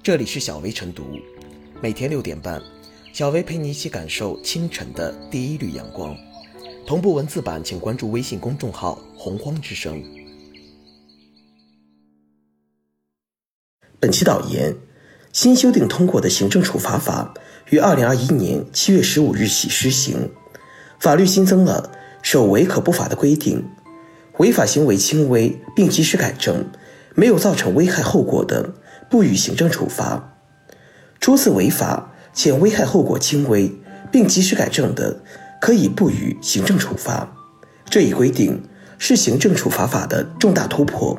这里是小薇晨读，每天6点半，小薇陪你一起感受清晨的第一缕阳光。同步文字版请关注微信公众号洪荒之声。本期导言：新修订通过的行政处罚法于2021年7月15日起施行，法律新增了首违可不罚的规定，违法行为轻微并及时改正，没有造成危害后果的，不予行政处罚；初次违法且危害后果轻微并及时改正的，可以不予行政处罚。这一规定是行政处罚法的重大突破。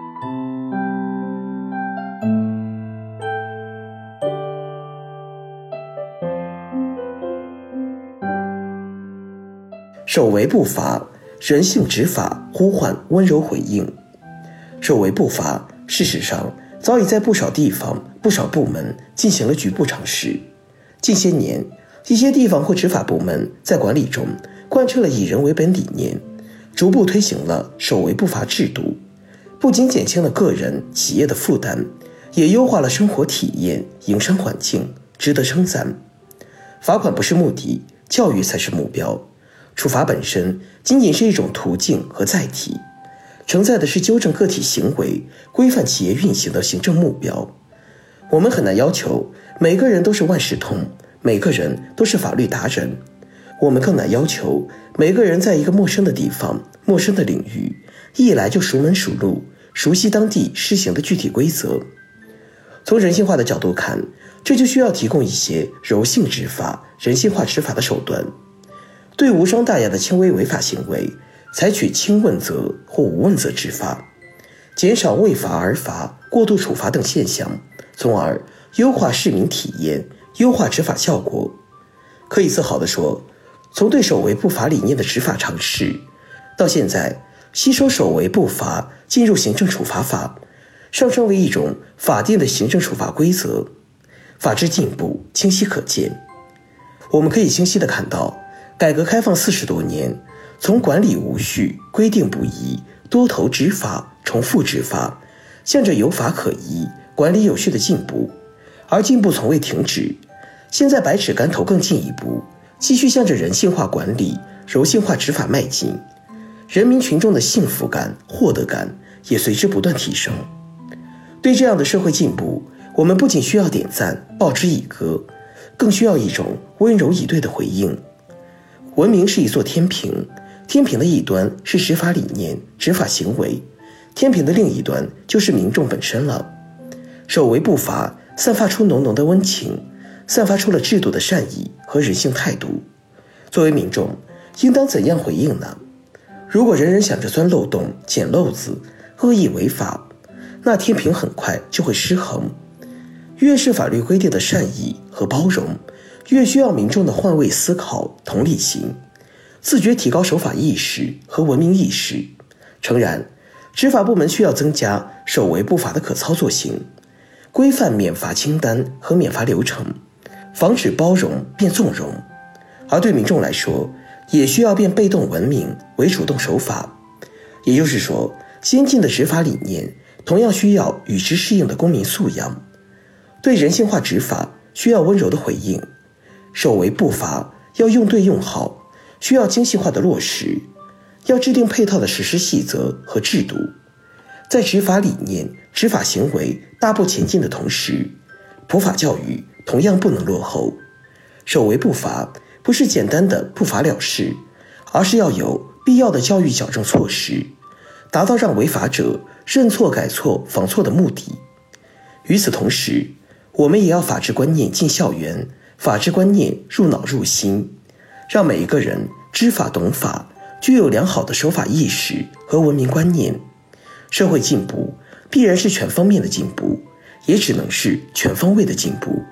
首违不罚，人性执法呼唤温柔回应。首违不罚，事实上早已在不少地方、不少部门进行了局部尝试。近些年，一些地方或执法部门在管理中贯彻了以人为本理念，逐步推行了首违不罚制度，不仅减轻了个人、企业的负担，也优化了生活体验、营商环境，值得称赞。罚款不是目的，教育才是目标。处罚本身仅仅是一种途径和载体，承载的是纠正个体行为、规范企业运行的行政目标。我们很难要求每个人都是万事通，每个人都是法律达人。我们更难要求每个人在一个陌生的地方、陌生的领域，一来就熟门熟路，熟悉当地施行的具体规则。从人性化的角度看，这就需要提供一些柔性执法、人性化执法的手段。对无伤大雅的轻微违法行为，采取轻问责或无问责执法，减少为罚而罚、过度处罚等现象，从而优化市民体验，优化执法效果。可以自豪地说，从对首违不罚理念的执法尝试，到现在吸收首违不罚进入行政处罚法，上升为一种法定的行政处罚规则，法治进步清晰可见。我们可以清晰地看到，改革开放40多年，从管理无序、规定不一、多头执法、重复执法，向着有法可依、管理有序的进步，而进步从未停止。现在百尺竿头更进一步，继续向着人性化管理、柔性化执法迈进，人民群众的幸福感、获得感也随之不断提升。对这样的社会进步，我们不仅需要点赞、报之以歌，更需要一种温柔以对的回应。文明是一座天平，天平的一端是执法理念、执法行为，天平的另一端就是民众本身了。首违不罚散发出浓浓的温情，散发出了制度的善意和人性态度。作为民众，应当怎样回应呢？如果人人想着钻漏洞、捡漏子、恶意违法，那天平很快就会失衡。越是法律规定的善意和包容，越需要民众的换位思考、同理心，自觉提高守法意识和文明意识。诚然，执法部门需要增加首违不罚的可操作性，规范免罚清单和免罚流程，防止包容变纵容。而对民众来说，也需要变被动文明为主动守法。也就是说，先进的执法理念同样需要与之适应的公民素养。对人性化执法需要温柔的回应，首违不罚要用对用好，需要精细化的落实，要制定配套的实施细则和制度。在执法理念、执法行为大步前进的同时，普法教育同样不能落后。首违不罚不是简单的不罚了事，而是要有必要的教育矫正措施，达到让违法者认错改错防错的目的。与此同时，我们也要法治观念进校园，法治观念入脑入心，让每一个人知法懂法，具有良好的守法意识和文明观念。社会进步必然是全方面的进步，也只能是全方位的进步。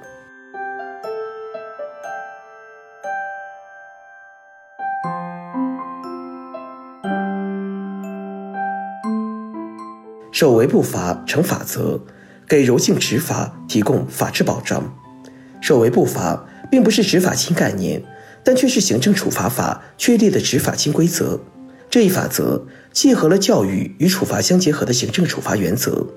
首违不罚成法则，给柔性执法提供法治保障。首违不罚并不是执法新概念，但却是行政处罚法确立的执法新规则。这一法则契合了教育与处罚相结合的行政处罚原则，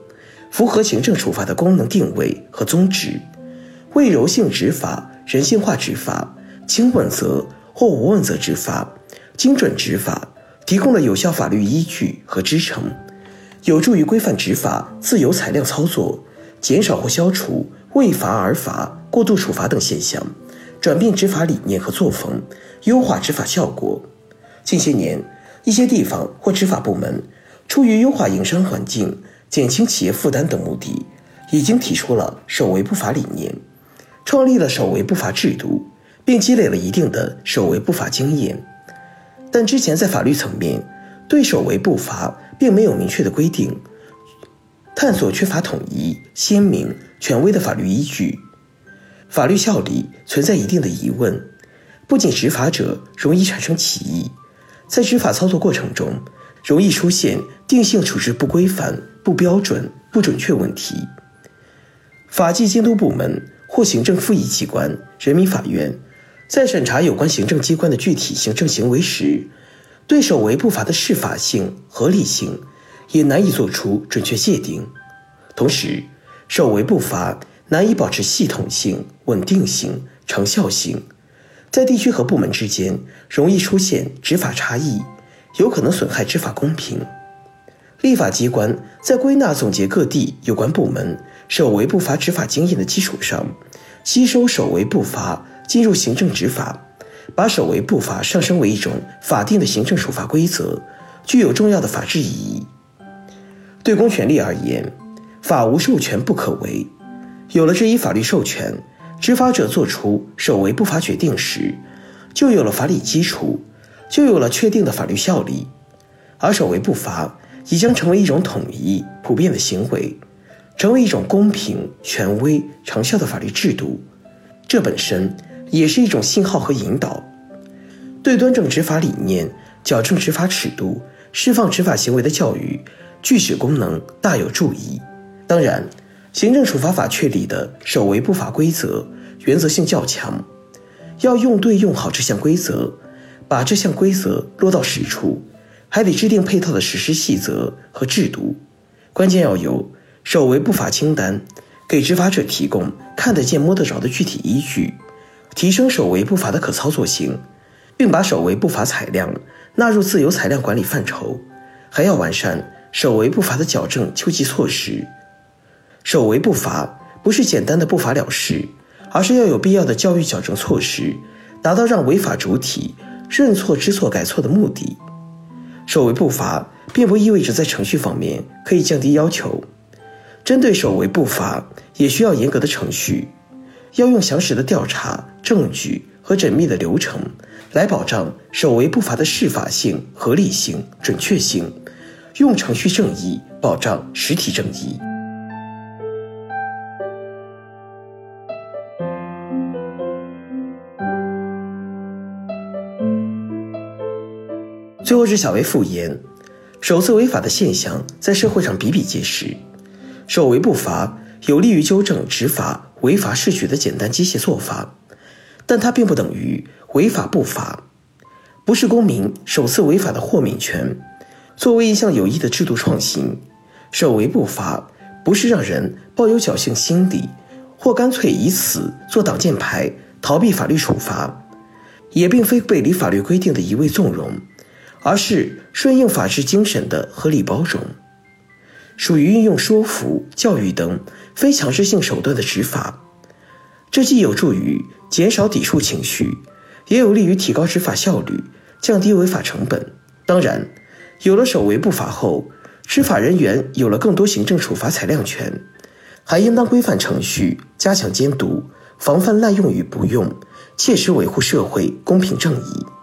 符合行政处罚的功能定位和宗旨，为柔性执法、人性化执法、轻问责或无问责执法、精准执法提供了有效法律依据和支撑，有助于规范执法自由裁量操作，减少或消除为罚而罚、过度处罚等现象，转变执法理念和作风，优化执法效果。近些年，一些地方或执法部门出于优化营商环境、减轻企业负担等目的，已经提出了守为不罚理念，创立了守为不罚制度，并积累了一定的守为不罚经验。但之前在法律层面对守为不罚并没有明确的规定，探索缺乏统一、鲜明、权威的法律依据，法律效力存在一定的疑问。不仅执法者容易产生歧义，在执法操作过程中容易出现定性处置不规范、不标准、不准确问题。法纪监督部门或行政复议机关、人民法院在审查有关行政机关的具体行政行为时，对守为不罚的适法性、合理性也难以做出准确界定。同时，守为不罚难以保持系统性、稳定性、成效性，在地区和部门之间容易出现执法差异，有可能损害执法公平。立法机关在归纳总结各地有关部门守为不罚执法经验的基础上，吸收守为不罚进入行政执法，把守为不罚上升为一种法定的行政处罚规则，具有重要的法治意义。对公权力而言，法无授权不可为，有了这一法律授权，执法者做出守为不罚决定时，就有了法理基础，就有了确定的法律效力，而守为不罚即将成为一种统一、普遍的行为，成为一种公平、权威、长效的法律制度。这本身也是一种信号和引导，对端正执法理念、矫正执法尺度、释放执法行为的教育、具体功能大有助益。当然，行政处罚法确立的守为不罚规则原则性较强，要用对用好这项规则，把这项规则落到实处，还得制定配套的实施细则和制度。关键要有守为不罚清单，给执法者提供看得见摸得着的具体依据，提升守为不罚的可操作性，并把守为不罚裁量纳入自由裁量管理范畴，还要完善守为不罚的矫正救济措施。守为不罚不是简单的不罚了事，而是要有必要的教育矫正措施，达到让违法主体认错知错改错的目的。守为不罚并不意味着在程序方面可以降低要求，针对守为不罚也需要严格的程序，要用详实的调查、证据和缜密的流程来保障守为不罚的适法性、合理性、准确性，用程序正义保障实体正义。最后是小微复言，首次违法的现象在社会上比比皆是，守为不罚有利于纠正执法违法事举的简单机械做法，但它并不等于违法不罚。不是公民首次违法的豁免权，作为一项有益的制度创新，守为不罚不是让人抱有侥幸心理，或干脆以此做挡箭牌逃避法律处罚，也并非背离法律规定的一味纵容，而是顺应法治精神的合理包容，属于运用说服、教育等非强制性手段的执法。这既有助于减少抵触情绪，也有利于提高执法效率，降低违法成本。当然，有了守为不罚后，执法人员有了更多行政处罚裁量权，还应当规范程序，加强监督，防范滥用与不用，切实维护社会公平正义。